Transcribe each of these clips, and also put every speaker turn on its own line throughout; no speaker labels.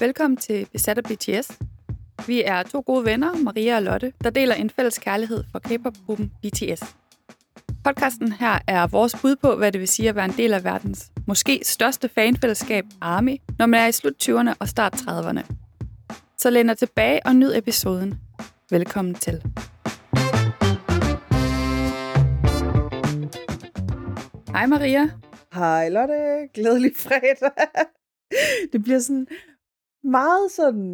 Velkommen til Besat af BTS. Vi er to gode venner, Maria og Lotte, der deler en fælles kærlighed for K-pop-gruppen BTS. Podcasten her er vores bud på, hvad det vil sige at være en del af verdens måske største fanfællesskab, ARMY, når man er i slut 20'erne og start 30'erne. Så læn dig tilbage og nyd episoden. Velkommen til. Hej Maria.
Hej Lotte, glædelig fredag. Det bliver sådan meget sådan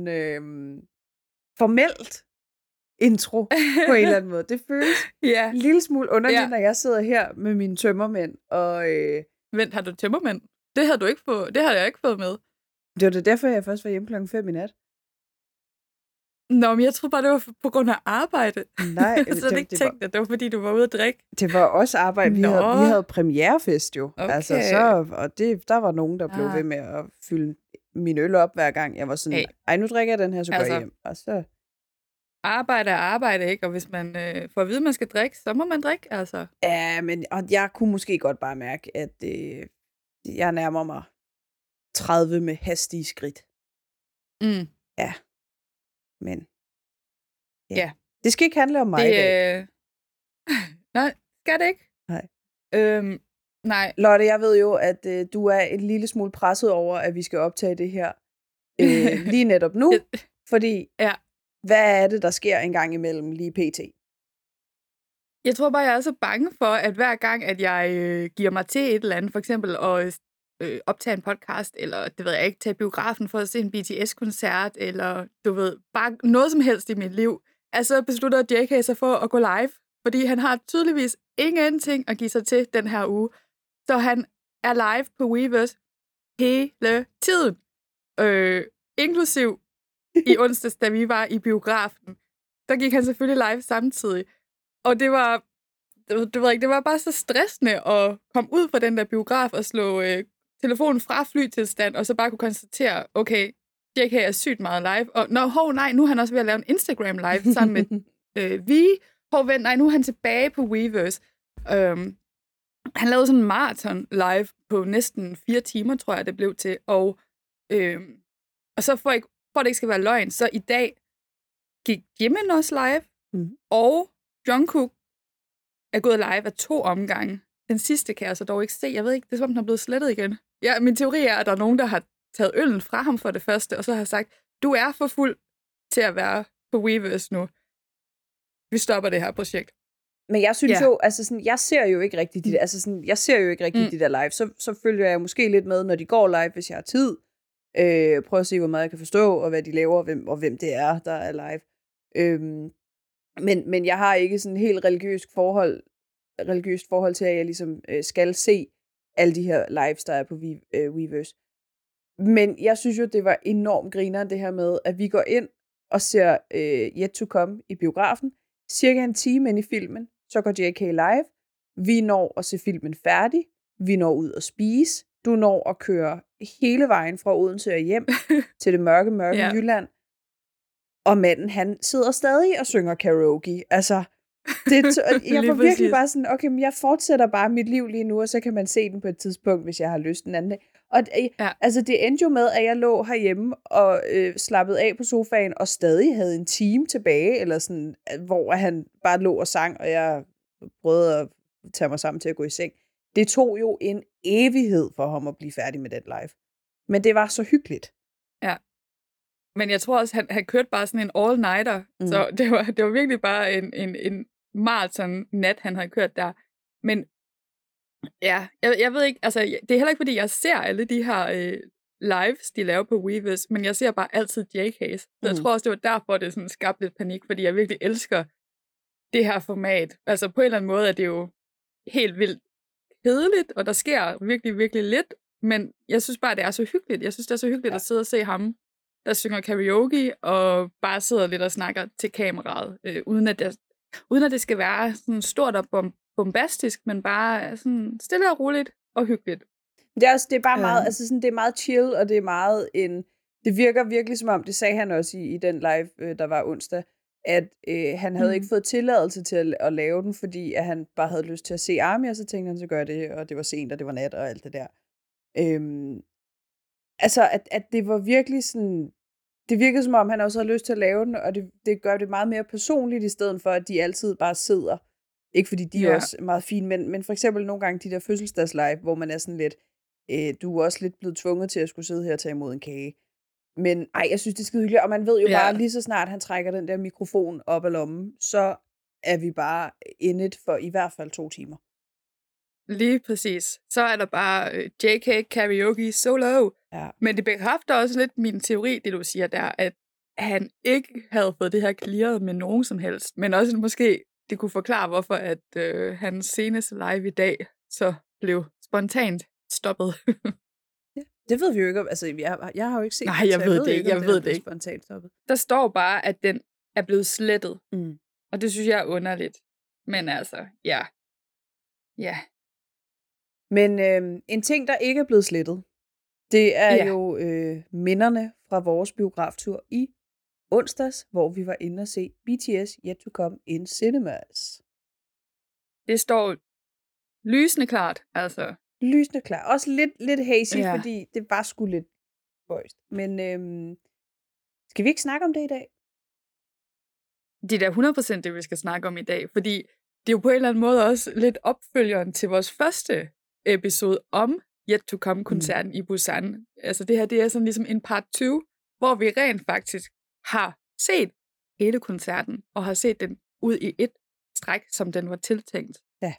formelt intro på en eller anden måde. Det føles en lille smule underligt, når jeg sidder her med mine tømmermænd. Og,
Vent, har du tømmermænd? Det har jeg ikke fået med.
Det var derfor, jeg først var hjemme klokken 5 i nat.
Nå, men jeg troede bare, det var på grund af arbejde.
Nej.
Så jeg ikke tænkt, at det var, fordi du var ude at drikke.
Det var også arbejde. Vi havde premierefest jo.
Okay.
Altså, der var nogen, der blev ved med at fylde min øl op hver gang. Jeg var sådan, nu drikker jeg den her, så går jeg hjem. Og så...
Arbejde er arbejde, ikke? Og hvis man får at vide, at man skal drikke, så må man drikke, altså.
Ja, men og jeg kunne måske godt bare mærke, at jeg nærmer mig 30 med hastige skridt.
Mm.
Ja. Men ja. Det skal ikke handle om mig i dag.
Nej, skal det ikke?
Nej.
Nej.
Lotte, jeg ved jo, at du er en lille smule presset over, at vi skal optage det her lige netop nu. Fordi, hvad er det, der sker en gang imellem lige pt?
Jeg tror bare, jeg er så bange for, at hver gang, at jeg giver mig til et eller andet, for eksempel at optage en podcast, eller det ved jeg ikke, tage biografen for at se en BTS-koncert, eller du ved, bare noget som helst i mit liv. Altså beslutter JK sig for at gå live, fordi han har tydeligvis ingenting at give sig til den her uge. Så han er live på Weverse hele tiden. Inklusiv i onsdags, da vi var i biografen. Der gik han selvfølgelig live samtidig. Og det var, det var bare så stressende at komme ud fra den der biograf og slå telefonen fra flytilstand, og så bare kunne konstatere, okay, JK er sygt meget live. Og nu er han også ved at lave en Instagram live sammen med nu er han tilbage på Weverse. Han lavede sådan en maraton live på næsten 4 timer, tror jeg, det blev til. Og så for at det ikke skal være løgn, så i dag gik Jimin også live, og Jungkook er gået live af 2 omgange. Den sidste kan jeg så dog ikke se. Jeg ved ikke, det er som om den er blevet slettet igen. Ja, min teori er, at der er nogen, der har taget øllen fra ham for det første, og så har sagt, du er for fuld til at være på Weverse nu. Vi stopper det her projekt.
Men jeg synes jo, altså sådan, jeg ser jo ikke rigtig de der live. Så følger jeg måske lidt med, når de går live, hvis jeg har tid. Prøv at se, hvor meget jeg kan forstå, og hvad de laver, og hvem det er, der er live. Men jeg har ikke sådan en helt religiøst forhold til, at jeg ligesom skal se alle de her lives, der er på Weverse. Men jeg synes jo, det var enormt grineren, det her med, at vi går ind og ser Yet to Come i biografen. Cirka en time ind i filmen, så går JK live. Vi når at se filmen færdig. Vi når ud at spise. Du når at køre hele vejen fra Odense og hjem til det mørke Jylland. Og manden, han sidder stadig og synger karaoke. Altså, jeg var virkelig bare sådan, okay, men jeg fortsætter bare mit liv lige nu, og så kan man se den på et tidspunkt, hvis jeg har lyst den anden dag. Og altså, det endte jo med, at jeg lå herhjemme og slappede af på sofaen, og stadig havde en time tilbage, eller sådan, hvor han bare lå og sang, og jeg prøvede at tage mig sammen til at gå i seng. Det tog jo en evighed for ham at blive færdig med den live. Men det var så hyggeligt.
Ja. Men jeg tror også, han kørte bare sådan en all-nighter. Så det var virkelig bare en maraton-nat, han havde kørt der. Men ja, jeg ved ikke, altså det er heller ikke, fordi jeg ser alle de her lives, de laver på Weverse, men jeg ser bare altid JK's. Så jeg tror også, det var derfor, det sådan skabte lidt panik, fordi jeg virkelig elsker det her format. Altså på en eller anden måde er det jo helt vildt kedeligt, og der sker virkelig, virkelig lidt, men jeg synes bare, det er så hyggeligt. Jeg synes, det er så hyggeligt at sidde og se ham, der synger karaoke, og bare sidder lidt og snakker til kameraet, uden at det skal være sådan stort og bombastisk, men bare sådan stille og roligt og hyggeligt.
Det er bare meget, altså sådan, det er meget chill, og det er meget det virker virkelig som om, det sagde han også i den live, der var onsdag, at han havde ikke fået tilladelse til at lave den, fordi at han bare havde lyst til at se ARMY, og så tænkte han, så gør det, og det var sent, og det var nat, og alt det der. Altså, at det var virkelig sådan, det virkede som om, han også havde lyst til at lave den, og det gør det meget mere personligt, i stedet for, at de altid bare sidder. Ikke fordi de er også meget fine, men for eksempel nogle gange de der fødselsdagslive, hvor man er sådan lidt, du er også lidt blevet tvunget til at skulle sidde her og tage imod en kage. Men jeg synes, det er skide hyggeligt, og man ved jo bare, lige så snart han trækker den der mikrofon op af lommen, så er vi bare indet for i hvert fald 2 timer.
Lige præcis. Så er der bare JK karaoke solo.
Ja.
Men det bekræfter også lidt min teori, det du siger der, at han ikke havde fået det her clearet med nogen som helst. Men også måske, det kunne forklare, hvorfor at hans seneste live i dag så blev spontant stoppet.
Ja, det ved vi jo ikke. Altså, jeg har jo ikke set
Nej, jeg ved det ikke. Jeg ved det ikke.
Spontant stoppet.
Der står bare, at den er blevet slettet. Mm. Og det synes jeg er underligt. Men altså, ja. Ja.
Men en ting, der ikke er blevet slettet, det er jo minderne fra vores biograftur i onsdags, hvor vi var inde og se BTS Yet to Come in Cinemas.
Det står lysende klart, altså.
Lysende klart. Også lidt hazy, fordi det var sgu lidt bøjst. Men skal vi ikke snakke om det i dag?
Det er da 100% det, vi skal snakke om i dag, fordi det er jo på en eller anden måde også lidt opfølgeren til vores første episode om Yet to Come-koncerten i Busan. Altså det her, det er sådan ligesom en part 20, hvor vi rent faktisk har set hele koncerten, og har set den ud i et stræk, som den var tiltænkt.
Ja.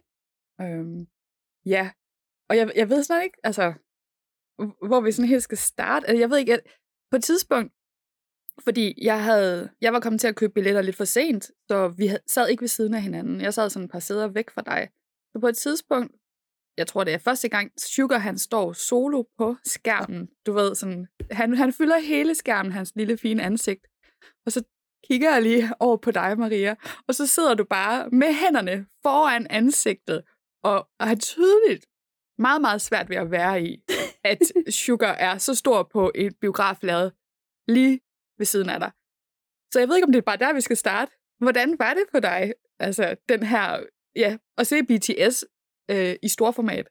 Ja. Og jeg ved snart ikke, altså, hvor vi sådan helt skal starte. Altså, jeg ved ikke, at på et tidspunkt, fordi jeg var kommet til at købe billetter lidt for sent, så vi sad ikke ved siden af hinanden. Jeg sad sådan et par sæder væk fra dig. Så på et tidspunkt, jeg tror det er første gang, Sugar han står solo på skærmen. Du ved, sådan, han fylder hele skærmen, hans lille fine ansigt. Og så kigger jeg lige over på dig, Maria, og så sidder du bare med hænderne foran ansigtet, og har tydeligt meget, meget svært ved at være i, at Sugar er så stor på et biograflade lige ved siden af dig. Så jeg ved ikke, om det er bare der, vi skal starte. Hvordan var det for dig, altså den her, at se BTS i storformat?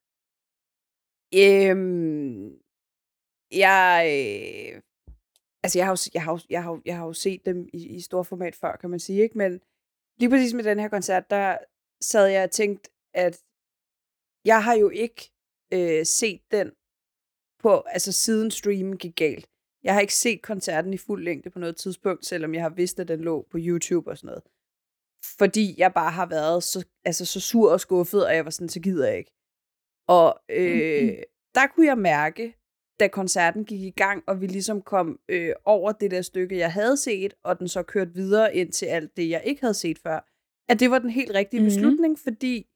Jeg har jo set dem i storformat før, kan man sige, ikke? Men lige præcis med den her koncert, der sad jeg og tænkte, at jeg har jo ikke set den på, altså siden streamen gik galt. Jeg har ikke set koncerten i fuld længde på noget tidspunkt, selvom jeg har vidst, at den lå på YouTube og sådan noget. Fordi jeg bare har været så sur og skuffet, og jeg var sådan, så gider jeg ikke. Og der kunne jeg mærke, da koncerten gik i gang, og vi ligesom kom over det der stykke, jeg havde set, og den så kørte videre ind til alt det, jeg ikke havde set før, at det var den helt rigtige beslutning, fordi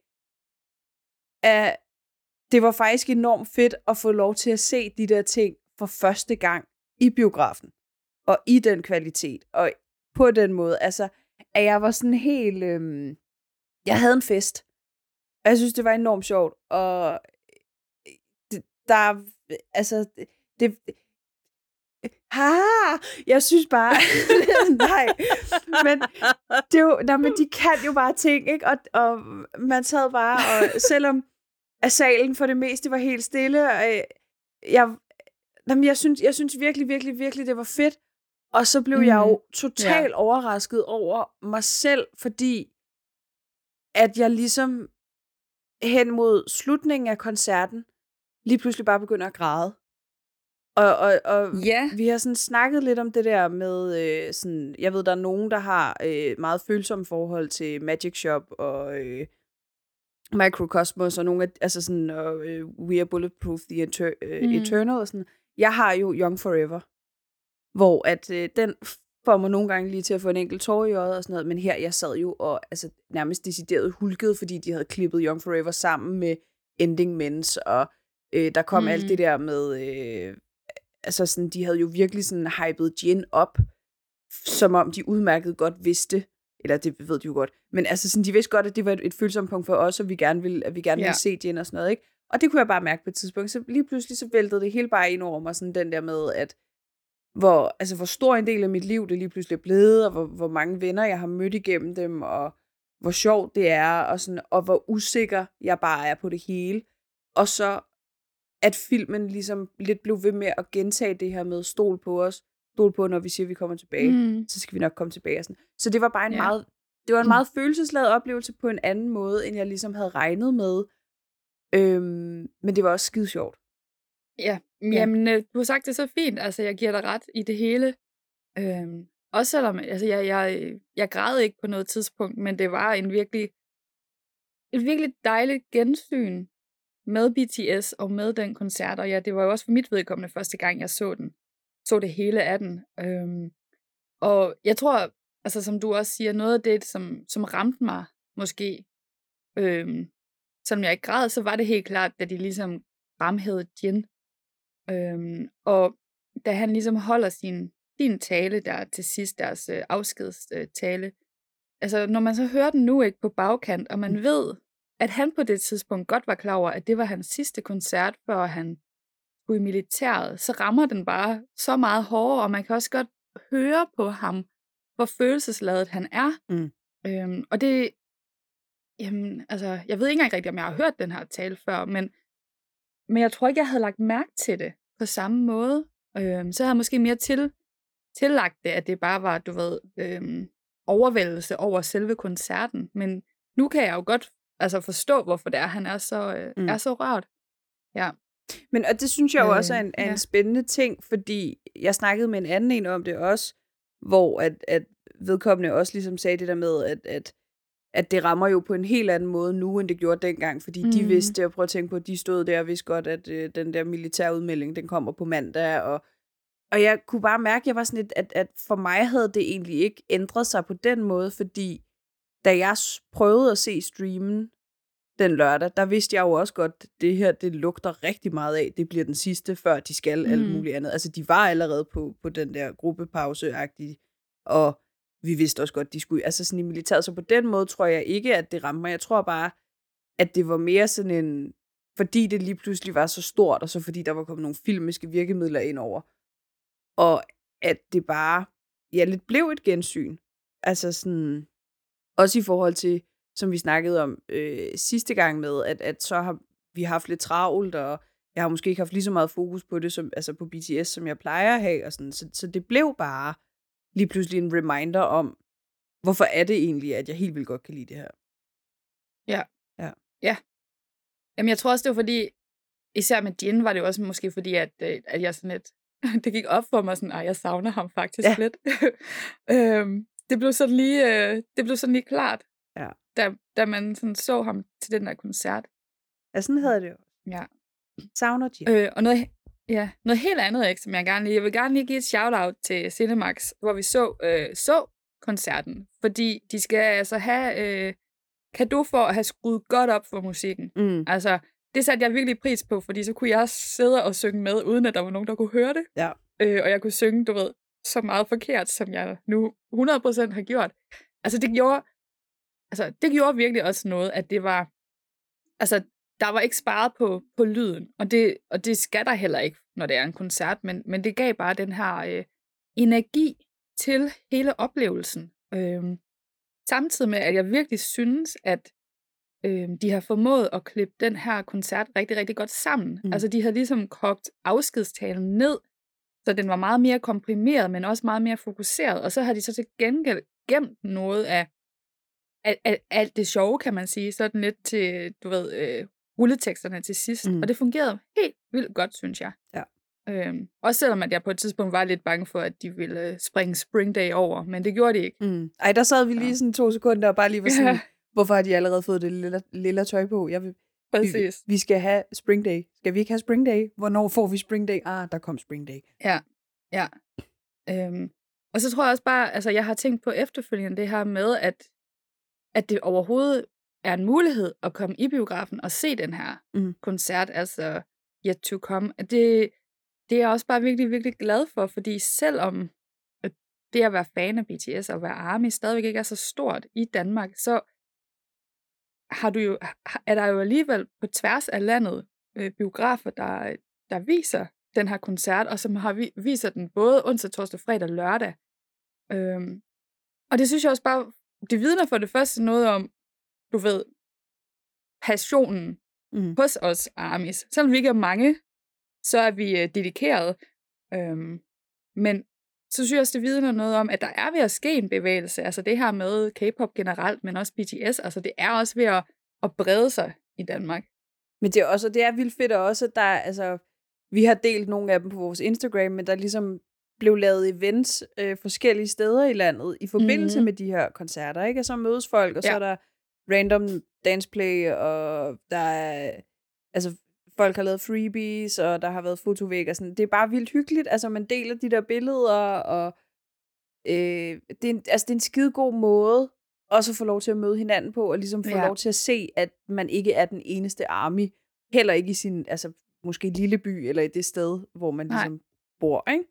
det var faktisk enormt fedt at få lov til at se de der ting for første gang i biografen, og i den kvalitet, og på den måde, altså, at jeg var sådan helt, jeg havde en fest, og jeg synes, det var enormt sjovt, og jeg synes bare, nej, men de kan jo bare ting, ikke, og man sad bare, og selvom at salen for det meste var helt stille, og jeg synes virkelig, virkelig, virkelig, det var fedt. Og så blev jeg jo totalt overrasket over mig selv, fordi at jeg ligesom hen mod slutningen af koncerten lige pludselig bare begynder at græde. Og vi har sådan snakket lidt om det der med, sådan, jeg ved, der er nogen, der har meget følsomme forhold til Magic Shop og Microcosmos og nogle af, altså sådan, We Are Bulletproof, The Eternal og sådan. Jeg har jo Young Forever, hvor at den får mig nogle gange lige til at få en enkelt tår i øjet og sådan noget, men her jeg sad jo og altså nærmest decideret hulkede, fordi de havde klippet Young Forever sammen med Ending Mens, og der kom alt det der med, altså sådan, de havde jo virkelig sådan hypet Jin op, som om de udmærket godt vidste, eller det ved de jo godt, men altså sådan, de vidste godt, at det var et følsomt punkt for os, og vi gerne ville se Jin og sådan noget, ikke? Og det kunne jeg bare mærke på et tidspunkt, så lige pludselig så væltede det hele bare ind over mig, sådan den der med, at hvor stor en del af mit liv det lige pludselig er blevet, og hvor mange venner jeg har mødt igennem dem, og hvor sjovt det er, og, sådan, og hvor usikker jeg bare er på det hele. Og så, at filmen ligesom lidt blev ved med at gentage det her med stol på os, stol på, når vi siger, at vi kommer tilbage, så skal vi nok komme tilbage. Og sådan. Så det var bare en meget følelsesladet oplevelse på en anden måde, end jeg ligesom havde regnet med. Men det var også skide sjovt.
Ja, jamen, du har sagt det så fint. Altså, jeg giver dig ret i det hele. Også selvom, altså, jeg græd ikke på noget tidspunkt, men det var et virkelig dejligt gensyn med BTS og med den koncert. Og ja, det var jo også for mit vedkommende første gang, jeg så det hele af den. Og jeg tror, altså som du også siger, noget af det, som ramte mig måske, selvom jeg ikke græd, så var det helt klart, da de ligesom fremhævede Jin. Og da han ligesom holder sin tale der til sidst, deres afskedstale, altså når man så hører den nu ikke på bagkant, og man ved, at han på det tidspunkt godt var klar over, at det var hans sidste koncert, før han skulle i militæret, så rammer den bare så meget hårdere, og man kan også godt høre på ham, hvor følelsesladet han er. Og det, jamen, altså, jeg ved ikke engang rigtigt, om jeg har hørt den her tale før, men jeg tror ikke, jeg havde lagt mærke til det på samme måde. Så havde jeg måske mere tillagt det, at det bare var, du ved, overvældelse over selve koncerten. Men nu kan jeg jo godt forstå, hvorfor det er, han er så rørt. Ja.
Men og det synes jeg jo også er en spændende ting, fordi jeg snakkede med en anden om det også, hvor at vedkommende også ligesom sagde det der med, at det rammer jo på en helt anden måde nu, end det gjorde dengang, fordi de vidste, og prøv at tænke på, at de stod der og vidste godt, at den der militærudmelding, den kommer på mandag, og jeg kunne bare mærke, at jeg var sådan lidt, at for mig havde det egentlig ikke ændret sig på den måde, fordi da jeg prøvede at se streamen den lørdag, der vidste jeg jo også godt, det her, det lugter rigtig meget af, det bliver den sidste, før de skal alt muligt andet. Altså, de var allerede på den der gruppepause-agtige, og vi vidste også godt, de skulle, altså sådan i militæret, så på den måde tror jeg ikke, at det ramte mig. Jeg tror bare, at det var mere sådan en, fordi det lige pludselig var så stort, og så fordi der var kommet nogle filmiske virkemidler ind over, og at det bare, lidt blev et gensyn. Altså sådan, også i forhold til, som vi snakkede om sidste gang med, at så har vi haft lidt travlt, og jeg har måske ikke haft lige så meget fokus på det, som, altså på BTS, som jeg plejer at have, og sådan. Så det blev bare lige pludselig en reminder om, hvorfor er det egentlig, at jeg helt vildt godt kan lide det her.
Ja. Jamen, jeg tror også, det var fordi, især med Jin, var det jo også måske fordi, at jeg sådan lidt, det gik op for mig sådan, jeg savner ham faktisk lidt. Det blev sådan lige klart, da man sådan så ham til den der koncert.
Ja, sådan havde det jo.
Ja.
Savner Jin.
Og noget helt andet, ikke, som jeg vil gerne lige give et shout-out til Cinemax, hvor vi så koncerten, fordi de skal altså have cadeau for at have skruet godt op for musikken. Altså, det satte jeg virkelig pris på, fordi så kunne jeg sidde og synge med, uden at der var nogen, der kunne høre det.
Ja.
Og jeg kunne synge, du ved, så meget forkert, som jeg nu 100% har gjort. Altså, det gjorde virkelig også noget, at det var, altså, der var ikke sparet på lyden, og det skal der heller ikke, når det er en koncert, men det gav bare den her energi til hele oplevelsen. Samtidig med, at jeg virkelig synes, at de har formået at klippe den her koncert rigtig, rigtig godt sammen. Altså, de havde ligesom kogt afskedstalen ned, så den var meget mere komprimeret, men også meget mere fokuseret, og så har de så til gengæld gemt noget af alt det sjove, kan man sige, sådan lidt til, du ved, rulleteksterne til sidst, og det fungerede helt vildt godt, synes jeg.
Ja.
Også selvom at jeg på et tidspunkt var lidt bange for, at de ville springe Spring Day over, men det gjorde de ikke.
Ej, der sad vi lige sådan 2 sekunder og bare lige var sådan, hvorfor har de allerede fået det lille tøj på?
Præcis.
Vi skal have Spring Day. Skal vi ikke have Spring Day? Hvornår får vi Spring Day? Der kom Spring Day.
Ja. Og så tror jeg også bare, altså jeg har tænkt på efterfølgende det her med, at det overhovedet er en mulighed at komme i biografen og se den her koncert, altså Yet to Come. Det er jeg også bare virkelig, virkelig glad for, fordi selvom det at være fan af BTS og være ARMY stadigvæk ikke er så stort i Danmark, så er der jo alligevel på tværs af landet biografer, der viser den her koncert, og som viser den både onsdag, torsdag, fredag og lørdag. Og det synes jeg også bare, det vidner for det første noget om, du ved, passionen hos os ARMYs. Selvom vi ikke er mange, så er vi dedikeret. Men synes jeg også, det vidner noget om, at der er ved at ske en bevægelse. Altså det her med K-pop generelt, men også BTS, altså det er også ved at brede sig i Danmark.
Men det er vildt fedt også, at der altså, vi har delt nogle af dem på vores Instagram, men der ligesom blev lavet events forskellige steder i landet i forbindelse med de her koncerter, ikke? Og så mødes folk, og så er der random danceplay, og der er, altså folk har lavet freebies, og der har været fotovæg og sådan. Det er bare vildt hyggeligt, altså man deler de der billeder, og det er en skide god måde også at få lov til at møde hinanden på, og ligesom få lov til at se, at man ikke er den eneste ARMY, heller ikke i sin, altså måske lille by, eller i det sted, hvor man ligesom bor, ikke?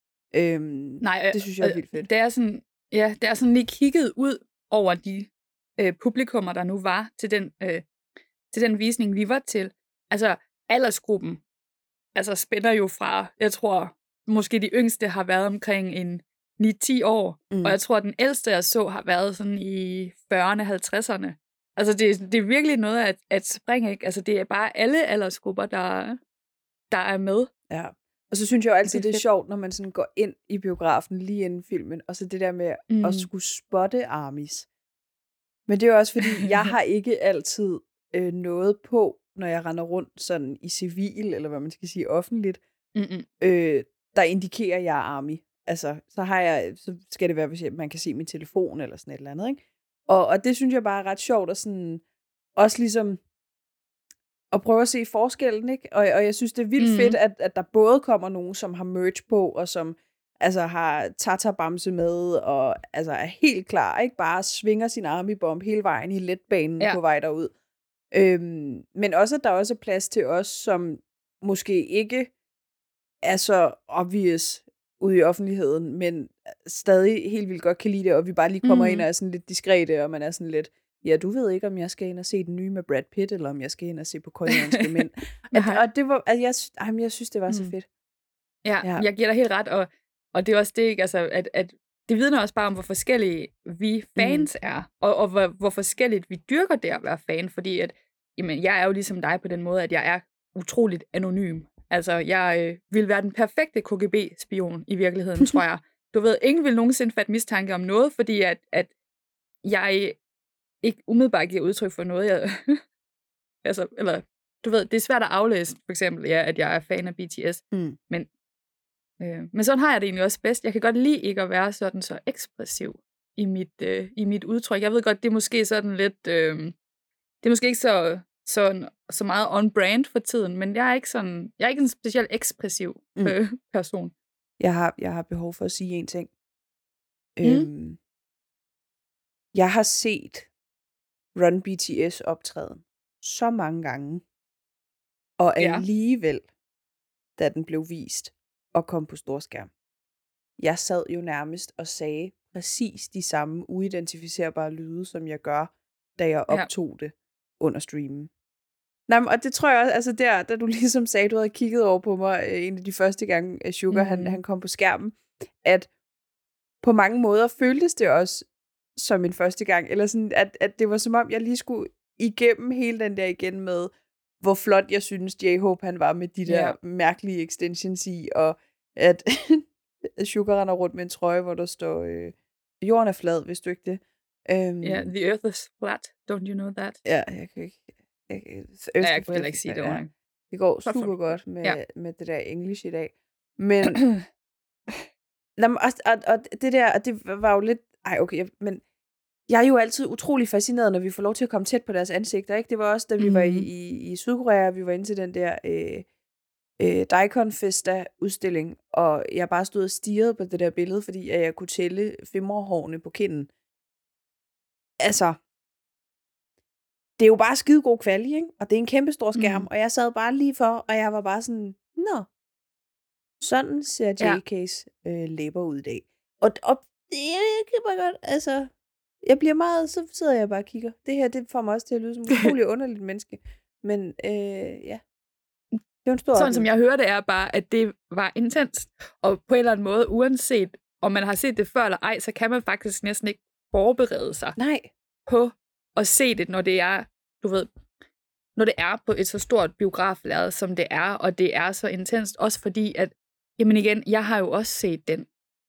Det synes jeg er vildt fedt.
Det er sådan lige kigget ud over de publikummer, der nu var til den visning, vi var til. Altså aldersgruppen spænder jo fra, jeg tror, måske de yngste har været omkring en 9-10 år, og jeg tror, at den ældste, jeg så, har været sådan i 40'erne, 50'erne. Altså, det er virkelig noget at springe, ikke? Altså, det er bare alle aldersgrupper, der er med.
Ja. Og så synes jeg jo altid, det er sjovt, når man sådan går ind i biografen lige inden filmen, og så det der med at skulle spotte ARMYs. Men det er jo også, fordi jeg har ikke altid noget på, når jeg render rundt sådan i civil, eller hvad man skal sige, offentligt, der indikerer, at jeg er ARMY. Altså, så skal det være, hvis man kan se min telefon, eller sådan et eller andet, ikke? Og det synes jeg bare er ret sjovt, og sådan, også ligesom at prøve at se forskellen, ikke? Og jeg synes, det er vildt fedt, at der både kommer nogen, som har merch på, og som altså har Tata-bamse med, og altså er helt klar, ikke? Bare svinger sin ARMY-bomb hele vejen i letbanen på vej derud. Men også, at der også er plads til os, som måske ikke er så obvious ude i offentligheden, men stadig helt vildt godt kan lide det, og vi bare lige kommer ind og er sådan lidt diskrete, og man er sådan lidt, ja, du ved ikke, om jeg skal ind og se den nye med Brad Pitt, eller om jeg skal ind og se på koreanske mænd. Og det var, altså, jeg synes, det var så fedt.
Ja, jeg giver dig helt ret, og det er også det, ikke? Altså, at det vidner også bare om, hvor forskellige vi fans er, og hvor forskelligt vi dyrker det at være fan, fordi at, jamen, jeg er jo ligesom dig på den måde, at jeg er utroligt anonym. Altså, jeg vil være den perfekte KGB-spion i virkeligheden, tror jeg. Du ved, ingen vil nogensinde fatte mistanke om noget, fordi at jeg ikke umiddelbart giver udtryk for noget. Eller, du ved, det er svært at aflæse, for eksempel, at jeg er fan af BTS. Men sådan har jeg det egentlig også bedst. Jeg kan godt lide ikke at være sådan så ekspressiv i mit udtryk. Jeg ved godt, det er måske sådan lidt... det er måske ikke så meget on-brand for tiden, men jeg er ikke en specielt ekspressiv person.
Jeg har behov for at sige en ting. Jeg har set Run BTS optræden så mange gange, og alligevel, da den blev vist og kom på storskærm, jeg sad jo nærmest og sagde præcis de samme uidentificerbare lyde, som jeg gør, da jeg optog det under streamen. Nej, og det tror jeg også, altså da du ligesom sagde, du havde kigget over på mig en af de første gange, Sugar, han kom på skærmen, at på mange måder føltes det også som en første gang, eller sådan, at det var som om, jeg lige skulle igennem hele den der igen med, hvor flot jeg synes, J-Hope han var med de der mærkelige extensions i, og at Sugar render rundt med en trøje, hvor der står, jorden er flad, hvis du ikke det.
The earth is flat, don't you know that?
Ja, jeg kan ikke.
Jeg kunne heller ikke sige det. Ja.
Det går super godt med det der engelsk i dag. Men og det der, og det var jo lidt, men jeg er jo altid utrolig fascineret, når vi får lov til at komme tæt på deres ansigter, ikke? Det var også, da vi var i Sydkorea, vi var inde til den der Daikon Festa udstilling, og jeg bare stod og stirrede på det der billede, fordi jeg kunne tælle femmerhårene på kinden. Altså, det er jo bare skide god kvalitet, ikke? Og det er en kæmpe stor skærm, og jeg sad bare lige for, og jeg var bare sådan, sådan ser JK's læber ud i dag. Og det kan bare godt, altså, jeg bliver meget, så sidder jeg bare og kigger. Det her, det får mig også til at lyde som et utroligt underligt menneske. Men det er en stor
sådan som jeg hører det, er bare, at det var intenst. Og på en eller anden måde, uanset om man har set det før eller ej, så kan man faktisk næsten ikke forberede sig på at se det, når det er, du ved, når det er på et så stort biograflærred, som det er, og det er så intenst, også fordi, at, jamen igen, jeg har jo også set den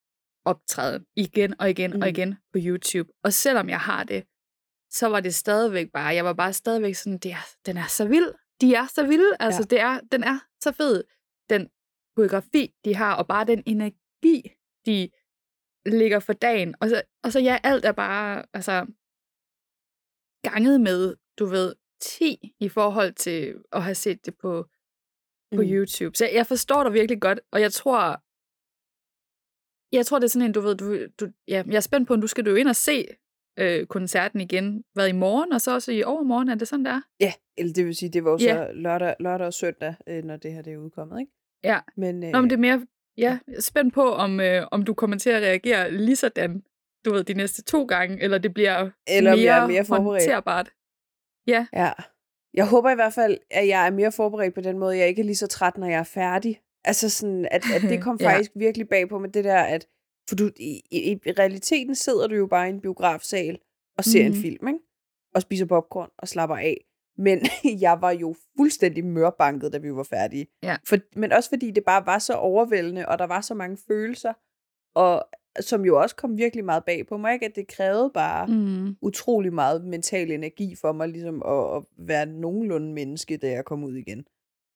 optræden igen og igen og igen på YouTube. Og selvom jeg har det, så var det stadigvæk bare, jeg var bare stadigvæk sådan, den er så vild. De er så vilde. Altså, den er så fed. Den koreografi, de har, og bare den energi, de ligger for dagen. Og så ja, alt er bare, altså, ganget med, du ved, 10 i forhold til at have set det på YouTube. Så jeg forstår dig virkelig godt, og jeg tror, det er sådan en, du ved, jeg er spændt på, om du skal jo ind og se koncerten igen, i morgen, og så også i overmorgen, er det sådan, der?
Ja, eller det vil sige, det var jo så lørdag og søndag, når det her det er udkommet, ikke?
Ja, men det er mere, jeg er spændt på, om du kommer til at reagere lige sådan, du ved, de næste 2 gange, eller det bliver mere håndterbart. Ja.
Jeg håber i hvert fald, at jeg er mere forberedt på den måde, jeg ikke er lige så træt, når jeg er færdig. Altså sådan, at det kom faktisk virkelig bag på med det der, at for du, i realiteten sidder du jo bare i en biografsal og ser en film, ikke? Og spiser popcorn og slapper af. Men jeg var jo fuldstændig mørbanket, da vi var færdige.
Ja.
Men også fordi det bare var så overvældende, og der var så mange følelser, og som jo også kom virkelig meget bag på mig, ikke? At det krævede bare utrolig meget mental energi for mig, ligesom at være nogenlunde menneske, da jeg kom ud igen.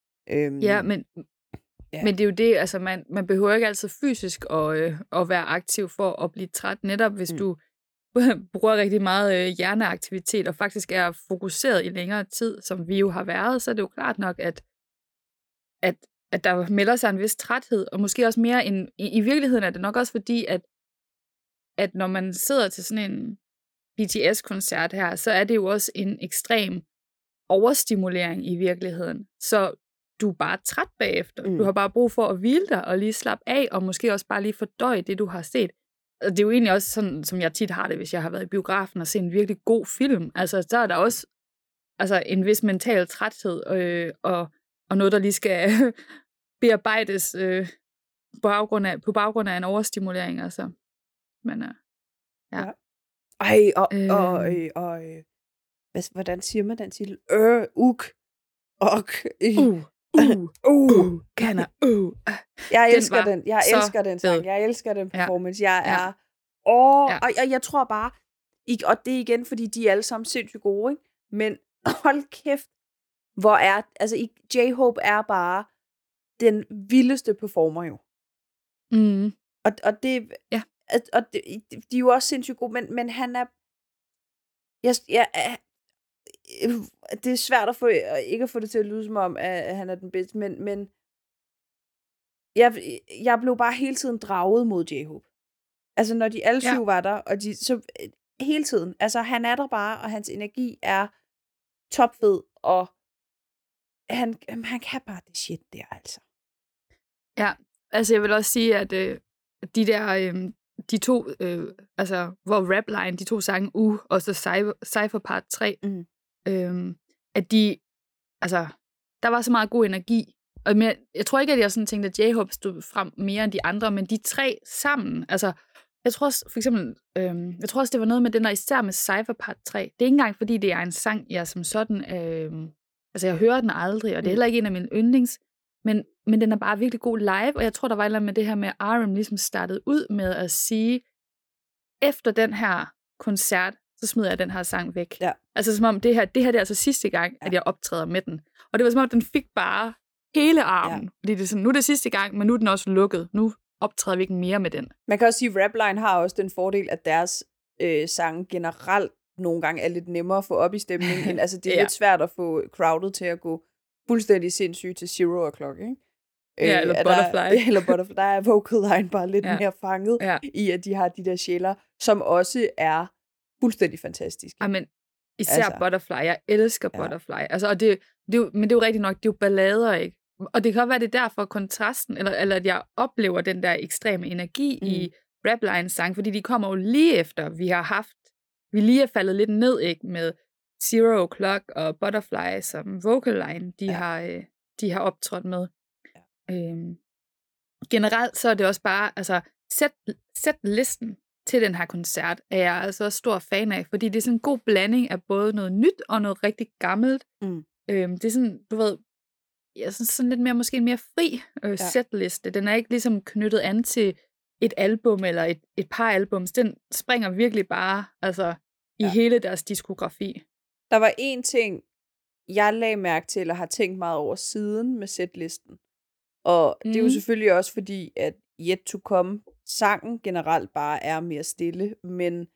Men det er jo det, altså man behøver ikke altid fysisk at være aktiv for at blive træt, netop hvis du bruger rigtig meget hjerneaktivitet, og faktisk er fokuseret i længere tid, som vi jo har været, så er det jo klart nok, at der melder sig en vis træthed, og måske også mere end, i virkeligheden er det nok også fordi, at når man sidder til sådan en BTS-koncert her, så er det jo også en ekstrem overstimulering i virkeligheden. Så du er bare træt bagefter. Du har bare brug for at hvile dig og lige slappe af, og måske også bare lige fordøje det, du har set. Og det er jo egentlig også sådan, som jeg tit har det, hvis jeg har været i biografen og set en virkelig god film. Altså, så er der også en vis mental træthed, og noget, der lige skal bearbejdes på baggrund af en overstimulering. Altså. Men ja.
Hvordan siger man den til? Jeg elsker den. Jeg elsker den sang. Jeg elsker den performance. Og jeg tror bare, og det er igen, fordi de er alle sammen sindssygt gode, ikke? Men hold kæft, J-Hope er bare den vildeste performer jo. Og det, de er jo også sindssygt gode, men han er, det er svært ikke at få det til at lyde som om, at han er den bedste, men jeg blev bare hele tiden draget mod J-Hope. Altså, når de alle 7 var der, og så hele tiden, altså, han er der bare, og hans energi er topfed, og han kan bare det shit der, altså.
Ja, altså, jeg vil også sige, at de der, de 2, hvor rapline, de 2 sange, og så Cypher Part 3, at de, altså, der var så meget god energi. Og jeg tror ikke, at jeg sådan tænkte, at J-Hope stod frem mere end de andre, men de 3 sammen, altså, jeg tror også, for eksempel, jeg tror også, det var noget med den der, især med Cypher Part 3. Det er ikke engang, fordi det er en sang, jeg som sådan, altså, jeg hører den aldrig, og det er heller ikke en af mine yndlings, men den er bare virkelig god live, og jeg tror, der var et eller andet med det her med, at RM ligesom startede ud med at sige, efter den her koncert, så smider jeg den her sang væk.
Ja.
Altså som om, det her det er altså sidste gang, at jeg optræder med den. Og det var som om, den fik bare hele armen. Ja. Fordi det er sådan, nu er det sidste gang, men nu er den også lukket. Nu optræder vi ikke mere med den.
Man kan også sige, at Rapline har også den fordel, at deres sange generelt nogle gange er lidt nemmere at få op i stemningen. Altså det er lidt svært at få crowdet til at gå fuldstændig sindssygt til Zero O'Clock, ikke?
Eller Butterfly.
Eller Butterfly. Der er vocal line bare lidt mere fanget i, at de har de der sjæler, som også er fuldstændig fantastiske.
Amen, især Butterfly. Jeg elsker Butterfly. Altså, men det er jo rigtigt nok, det er jo ballader, ikke? Og det kan godt være, det er derfor kontrasten, eller at jeg oplever den der ekstreme energi i Rapline sang, fordi de kommer jo lige efter, vi lige er faldet lidt ned, ikke? Med Zero O'Clock og Butterfly som vocal line, de har optrådt med. Generelt så er det også bare, altså, sæt listen til den her koncert, er jeg altså stor fan af, fordi det er sådan en god blanding af både noget nyt og noget rigtig gammelt. Det er sådan, du ved, sådan lidt mere, måske en mere fri setliste. Den er ikke ligesom knyttet an til et album eller et par albums, den springer virkelig bare altså i hele deres diskografi.
Der var en ting, jeg lagde mærke til, eller har tænkt meget over siden med setlisten. Og det er jo selvfølgelig også fordi, at Yet to Come, sangen generelt bare er mere stille, men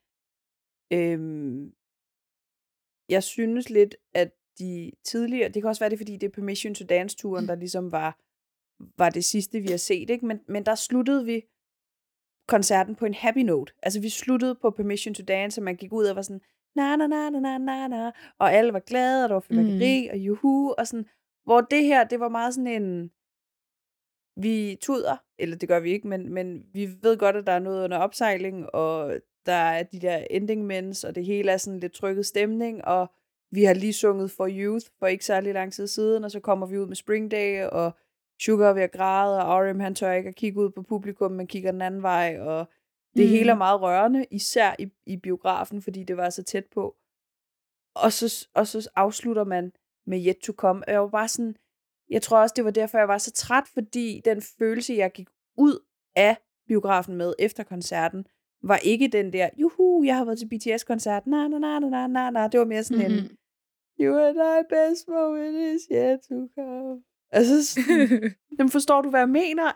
jeg synes lidt, at de tidligere, det kan også være det, fordi det er Permission to Dance-turen, der ligesom var det sidste, vi har set, ikke? Men der sluttede vi koncerten på en happy note. Altså vi sluttede på Permission to Dance, og man gik ud og var sådan, na na na na na na na, og alle var glade, og der var fyrværkeri, og juhu, og sådan, hvor det her, det var meget sådan en, vi tuder, eller det gør vi ikke, men vi ved godt, at der er noget under opsejling, og der er de der ending mens, og det hele er sådan lidt trykket stemning, og vi har lige sunget For Youth for ikke særlig lang tid siden, og så kommer vi ud med Spring Day, og Sugar er ved at græde, og RM han tør ikke at kigge ud på publikum, men kigger den anden vej, og det hele er meget rørende, især i biografen, fordi det var så tæt på. Og så afslutter man med Yet to Come, og jeg var bare sådan, jeg tror også, det var derfor, jeg var så træt, fordi den følelse, jeg gik ud af biografen med efter koncerten, var ikke den der, juhu, jeg har været til BTS-koncert, na na na na na na, det var mere sådan en, you and I best moment is yet to come. Altså sådan, forstår du, hvad jeg mener?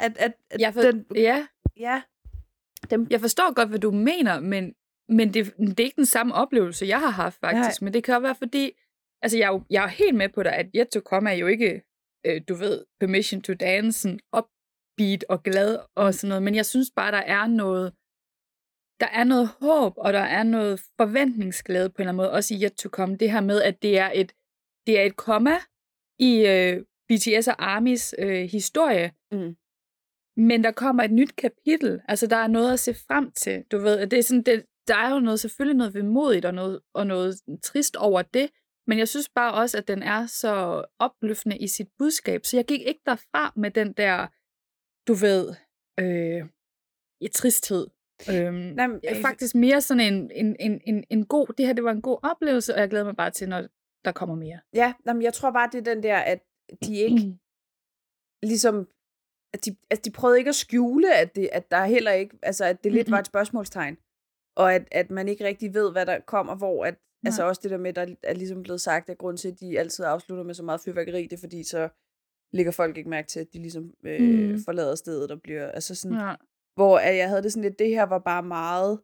Jeg forstår godt, hvad du mener, men det er ikke den samme oplevelse, jeg har haft faktisk. Nej. Men det kan jo være, fordi altså, jeg er helt med på dig, at Yet to Come er jo ikke, du ved, Permission to Dance, upbeat og glad og sådan noget. Men jeg synes bare, der er noget håb, og der er noget forventningsglæde på en eller anden måde, også i Yet to Come. Det her med, at det er et komma i BTS og ARMYs historie, men der kommer et nyt kapitel. Altså, der er noget at se frem til. Du ved, det er sådan, der er jo selvfølgelig noget vemodigt og noget trist over det, men jeg synes bare også, at den er så opløftende i sit budskab, så jeg gik ikke derfra med den der, du ved, tristhed. Faktisk mere sådan en god, det her, det var en god oplevelse, og jeg glæder mig bare til, når der kommer mere.
Ja, jeg tror bare, det er den der, at de ikke ligesom, at de prøvede ikke at skjule, at der heller ikke, altså at det lidt var et spørgsmålstegn, og at man ikke rigtig ved, hvad der kommer, hvor at, altså også det der med, der er ligesom blevet sagt, at grund til, at de altid afslutter med så meget fyrværkeri, det er fordi, så lægger folk ikke mærke til, at de ligesom forlader stedet og bliver, altså sådan, hvor jeg havde det sådan lidt, det her var bare meget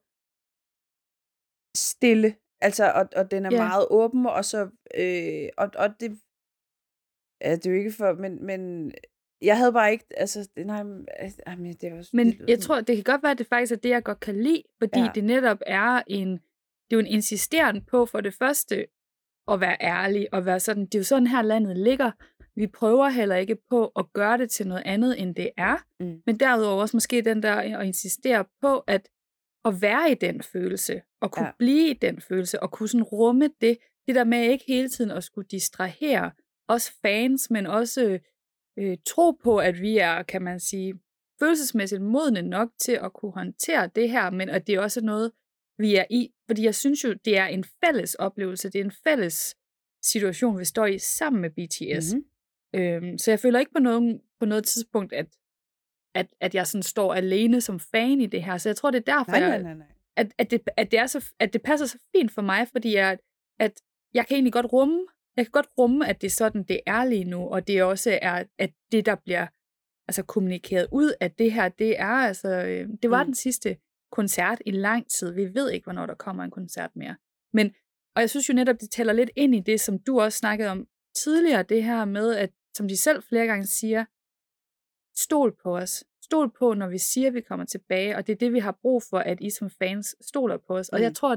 stille, altså, og den er meget åben, og så, og det, ja, det er jo ikke for, men jeg havde bare ikke, altså, nej, det var også...
Men jeg tror, det kan godt være, at det faktisk er det, jeg godt kan lide, fordi det netop er det er jo en insisteren på, for det første, at være ærlig, og være sådan, det er jo sådan her landet ligger. Vi prøver heller ikke på at gøre det til noget andet, end det er, men derudover også måske den der at insistere på, at være i den følelse, og kunne blive i den følelse, og kunne sådan rumme det der med ikke hele tiden at skulle distrahere os fans, men også tro på, at vi er, kan man sige, følelsesmæssigt modne nok til at kunne håndtere det her, men at det også er noget, vi er i. Fordi jeg synes jo, det er en fælles oplevelse, det er en fælles situation, vi står i sammen med BTS. Så jeg føler ikke på noget tidspunkt, at jeg sådan står alene som fan i det her. Så jeg tror, det er derfor, at det passer så fint for mig, fordi at jeg kan egentlig godt rumme, at det er sådan, det er lige nu, og det også er, at det, der bliver altså kommunikeret ud, at det her, det er altså, det var den sidste koncert i lang tid. Vi ved ikke, hvornår der kommer en koncert mere. Og jeg synes jo netop, det tæller lidt ind i det, som du også snakkede om tidligere, det her med, at som de selv flere gange siger, stol på os. Stol på, når vi siger, at vi kommer tilbage, og det er det, vi har brug for, at I som fans stoler på os. Og jeg tror,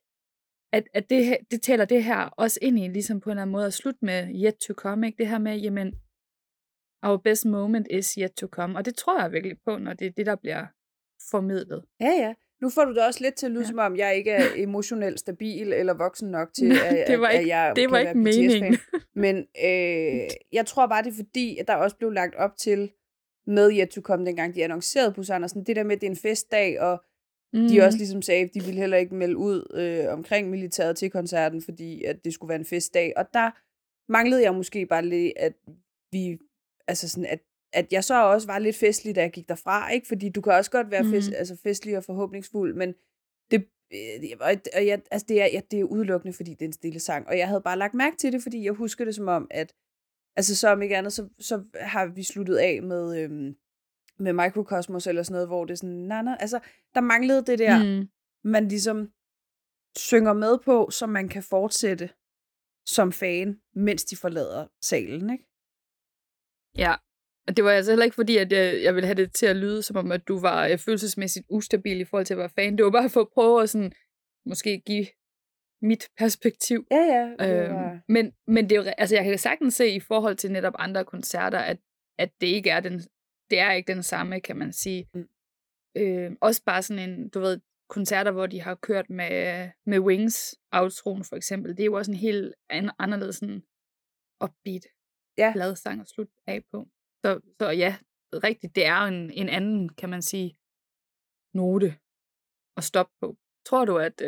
at det tæller det her også ind i, ligesom på en eller anden måde at slutte med Yet to Come, ikke? Det her med, jamen, our best moment is yet to come. Og det tror jeg virkelig på, når det er det, der bliver formidlet.
Ja. Nu får du det også lidt til at lyde, som om jeg ikke er emotionelt stabil eller voksen nok til, at jeg
det var ikke meningen.
Men jeg tror bare, det er fordi, at der også blev lagt op til med Yet to Come, dengang de annoncerede Busan, og sådan det der med, at det er en festdag, og de også ligesom sagde, at de ville heller ikke melde ud omkring militæret til koncerten, fordi at det skulle være en festdag. Og der manglede jeg måske bare lidt, at vi, altså sådan, at at jeg så også var lidt festlig, da jeg gik derfra, ikke? Fordi du kan også godt være
Mm.
festlig og forhåbningsfuld, men det, altså det er udelukkende, fordi det er en stille sang. Og jeg havde bare lagt mærke til det, fordi jeg husker det som om, at altså så om ikke andet, så har vi sluttet af med Mikrokosmos eller sådan noget, hvor det er sådan, altså der manglede det der,
Mm.
man ligesom synger med på, så man kan fortsætte som fan, mens de forlader salen, ikke?
Ja, og det var altså heller ikke fordi, at jeg ville have det til at lyde, som om at du var følelsesmæssigt ustabil i forhold til at være fan. Det var bare for at prøve at sådan, måske give mit perspektiv.
Ja, det var...
Men det er jo, altså jeg kan sagtens se i forhold til netop andre koncerter, at det ikke er det er ikke den samme, kan man sige. Også bare sådan en, du ved, koncerter, hvor de har kørt med Wings outroen for eksempel. Det er jo også en helt anderledes sådan upbeat glad sang at slutte af på. Så ja, rigtigt, det er en anden, kan man sige, note at stoppe på. Tror du, at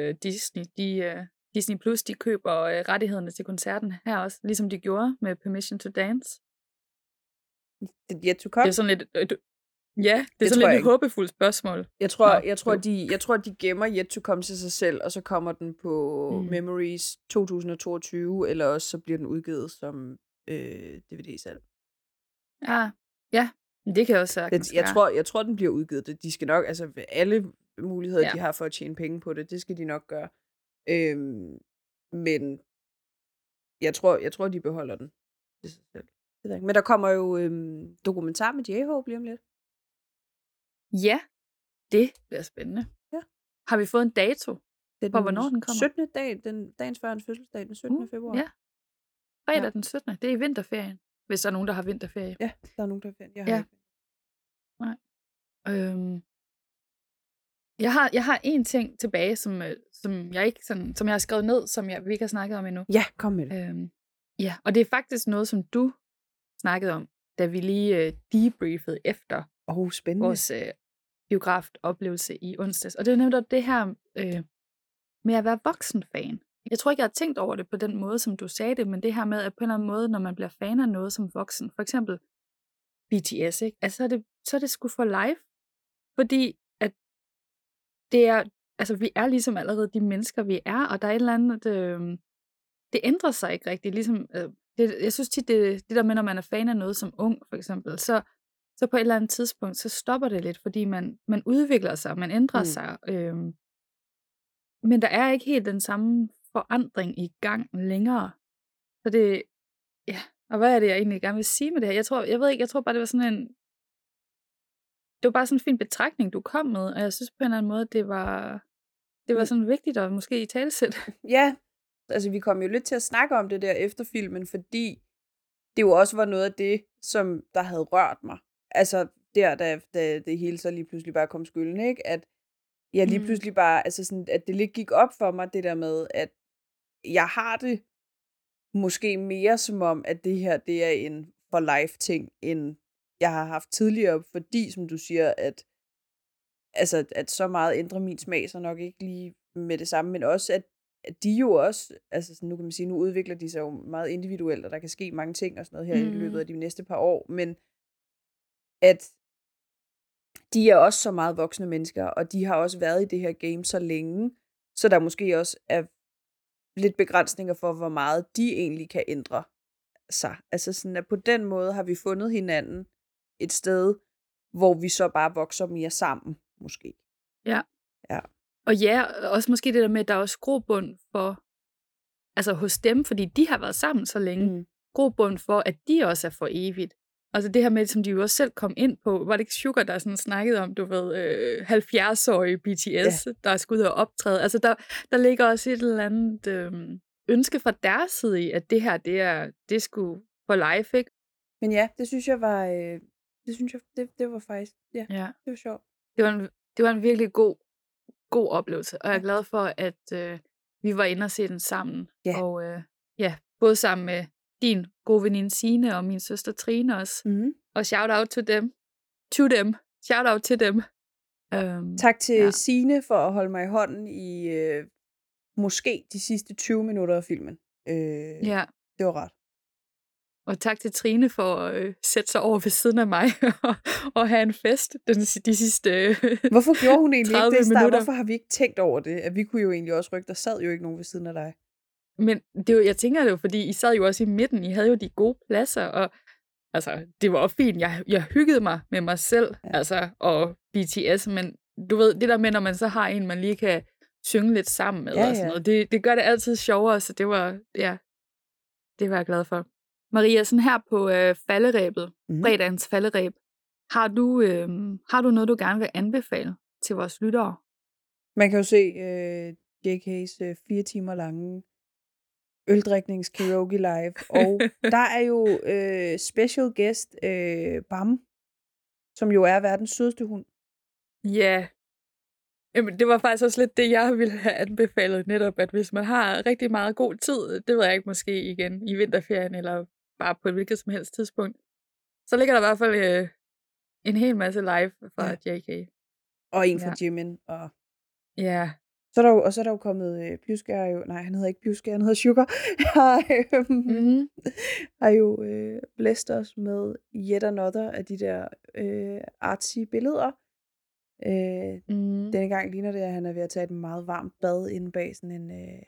Disney Plus, de køber rettighederne til koncerten her også, ligesom de gjorde med Permission to Dance?
Det er yet to come?
Det er sådan lidt... det er sådan lidt et håbefuldt spørgsmål.
Jeg tror, de gemmer Yet to Come til sig selv, og så kommer den på Memories 2022, eller også så bliver den udgivet som DVD-salg.
Ja, det kan også sagtens
jeg tror, den bliver udgivet. De skal nok, altså alle muligheder, de har for at tjene penge på det, det skal de nok gøre. Men jeg tror, de beholder den til sig selv. Men der kommer jo dokumentar med J-Hope lige om lidt.
Ja, det bliver spændende.
Ja.
Har vi fået en dato for, hvornår den kommer?
17. dagens før hans fødselsdag, den 17. februar.
Ja. Fredag den 17. Det er i vinterferien, hvis der er nogen, der har vinterferie.
Ja, der er nogen, der har ferie. Jeg har ikke.
Nej. Jeg har en ting tilbage, som jeg ikke sådan, som jeg har skrevet ned, som vi ikke har snakket om endnu.
Ja, kom med det.
Ja, og det er faktisk noget, som du snakkede om, da vi lige debriefede efter vores biografoplevelse i onsdags. Og det er nemlig det her med at være voksenfan. Jeg tror ikke, jeg har tænkt over det på den måde, som du sagde det, men det her med, at på en eller anden måde, når man bliver fan af noget som voksen, for eksempel BTS, ikke? Altså, så er det sgu for live. Fordi at det er, altså vi er ligesom allerede de mennesker, vi er, og der er et eller andet, det ændrer sig ikke rigtigt. Ligesom, jeg synes tit, det der med, når man er fan af noget som ung, for eksempel, så på et eller andet tidspunkt, så stopper det lidt, fordi man udvikler sig, man ændrer sig. Men der er ikke helt den samme forandring i gang længere. Så det, ja, og hvad er det, jeg egentlig gerne vil sige med det her? Jeg tror bare, det var sådan det var bare sådan en fin betragtning, du kom med, og jeg synes på en eller anden måde, det var sådan vigtigt at måske i talesæt.
Ja, altså vi kom jo lidt til at snakke om det der efter filmen, fordi det jo også var noget af det, som der havde rørt mig. Altså da det hele så lige pludselig bare kom skylden, ikke? At jeg lige pludselig bare, altså sådan, at det lidt gik op for mig, det der med, at jeg har det måske mere som om, at det her, det er en for life ting, end jeg har haft tidligere, fordi, som du siger, at så meget ændrer min smag så nok ikke lige med det samme, men også, at de jo også, altså sådan, nu kan man sige, nu udvikler de sig jo meget individuelt, og der kan ske mange ting og sådan noget her i løbet af de næste par år, men at de er også så meget voksne mennesker, og de har også været i det her game så længe, så der måske også er lidt begrænsninger for, hvor meget de egentlig kan ændre sig. Altså sådan, at på den måde har vi fundet hinanden et sted, hvor vi så bare vokser mere sammen, måske.
Ja. Og ja, også måske det der med, at der er også grobund for, altså hos dem, fordi de har været sammen så længe, grobund for, at de også er for evigt. Altså det her med, som de jo også selv kom ind på, var det ikke Sugar, der sådan snakkede om, du ved, 70-årige BTS, der skulle ud og optræde. Altså der ligger også et eller andet ønske fra deres side i, at det her, det skulle for life, ikke?
Men ja, det synes jeg var, det var faktisk, ja, det var sjovt.
Det var en virkelig god oplevelse, og jeg er glad for, at vi var inde og se den sammen.
Ja.
Og både sammen med din gode veninde Signe og min søster Trine også. Og shout out to them. Shout out til dem.
Tak til Signe for at holde mig i hånden i måske de sidste 20 minutter af filmen. Det var rart.
Og tak til Trine for at sætte sig over ved siden af mig og have en fest de sidste
Hvorfor gjorde hun egentlig ikke det i starten?
minutter.
Hvorfor har vi ikke tænkt over det? At vi kunne jo egentlig også rykke. Der sad jo ikke nogen ved siden af dig.
Men jeg tænker det jo, fordi I sad jo også i midten. I havde jo de gode pladser, og altså, det var også fint. Jeg hyggede mig med mig selv, altså, og BTS, men du ved, det der med, når man så har en, man lige kan synge lidt sammen med, og sådan noget, det gør det altid sjovere, så det var jeg glad for. Maria, sådan her på falderæbet, fredagens falderæb, har du noget, du gerne vil anbefale til vores lyttere?
Man kan jo se JK's 4 timer lange øldriknings karaoke live, og der er jo special guest Bam, som jo er verdens sødeste hund.
Ja, jamen, det var faktisk også lidt det, jeg ville have anbefalet netop, at hvis man har rigtig meget god tid, det ved jeg ikke, måske igen i vinterferien, eller bare på et hvilket som helst tidspunkt, så ligger der i hvert fald en hel masse live fra JK.
Og en fra Jimin. Og
ja.
Så er der jo kommet Pjuskær, nej, han hedder ikke Pjuskær, han hedder Sugar, har jo blæst os med yet another af de der artsy billeder. Denne gang ligner det, at han er ved at tage et meget varmt bad inde bag sådan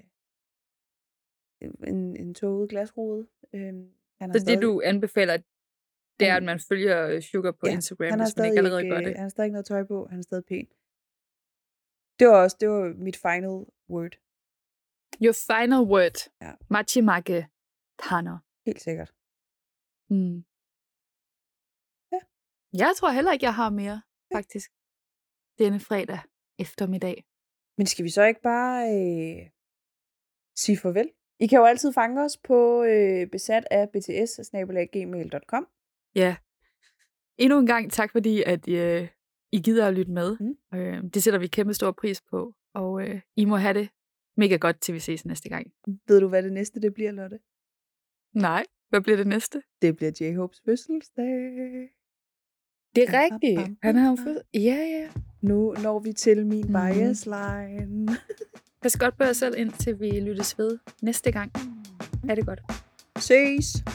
en tåget glasrude.
Så det, du anbefaler, det er, at man følger Sugar på Instagram, hvis man ikke allerede gør det?
Han har stadig ikke noget tøj på, han er stadig pæn. Det var mit final word.
Your final word.
Ja.
Machimake Tanner.
Helt sikkert.
Ja. Jeg tror heller ikke, jeg har mere, faktisk. Denne fredag eftermiddag.
Men skal vi så ikke bare sige farvel? I kan jo altid fange os på besat af bts@gmail.com.
Ja. Endnu en gang tak, fordi at I gider at lytte med. Det sætter vi kæmpe stor pris på. Og I må have det mega godt, til vi ses næste gang.
Ved du, hvad det næste det bliver, Lotte?
Nej. Hvad bliver det næste?
Det bliver J-Hopes fødselsdag.
Det er rigtigt. Han har jo fødselsdag. Ja.
Nu når vi til min bias line.
Pas godt på jer selv, indtil vi lyttes ved næste gang. Ha' det godt.
Ses.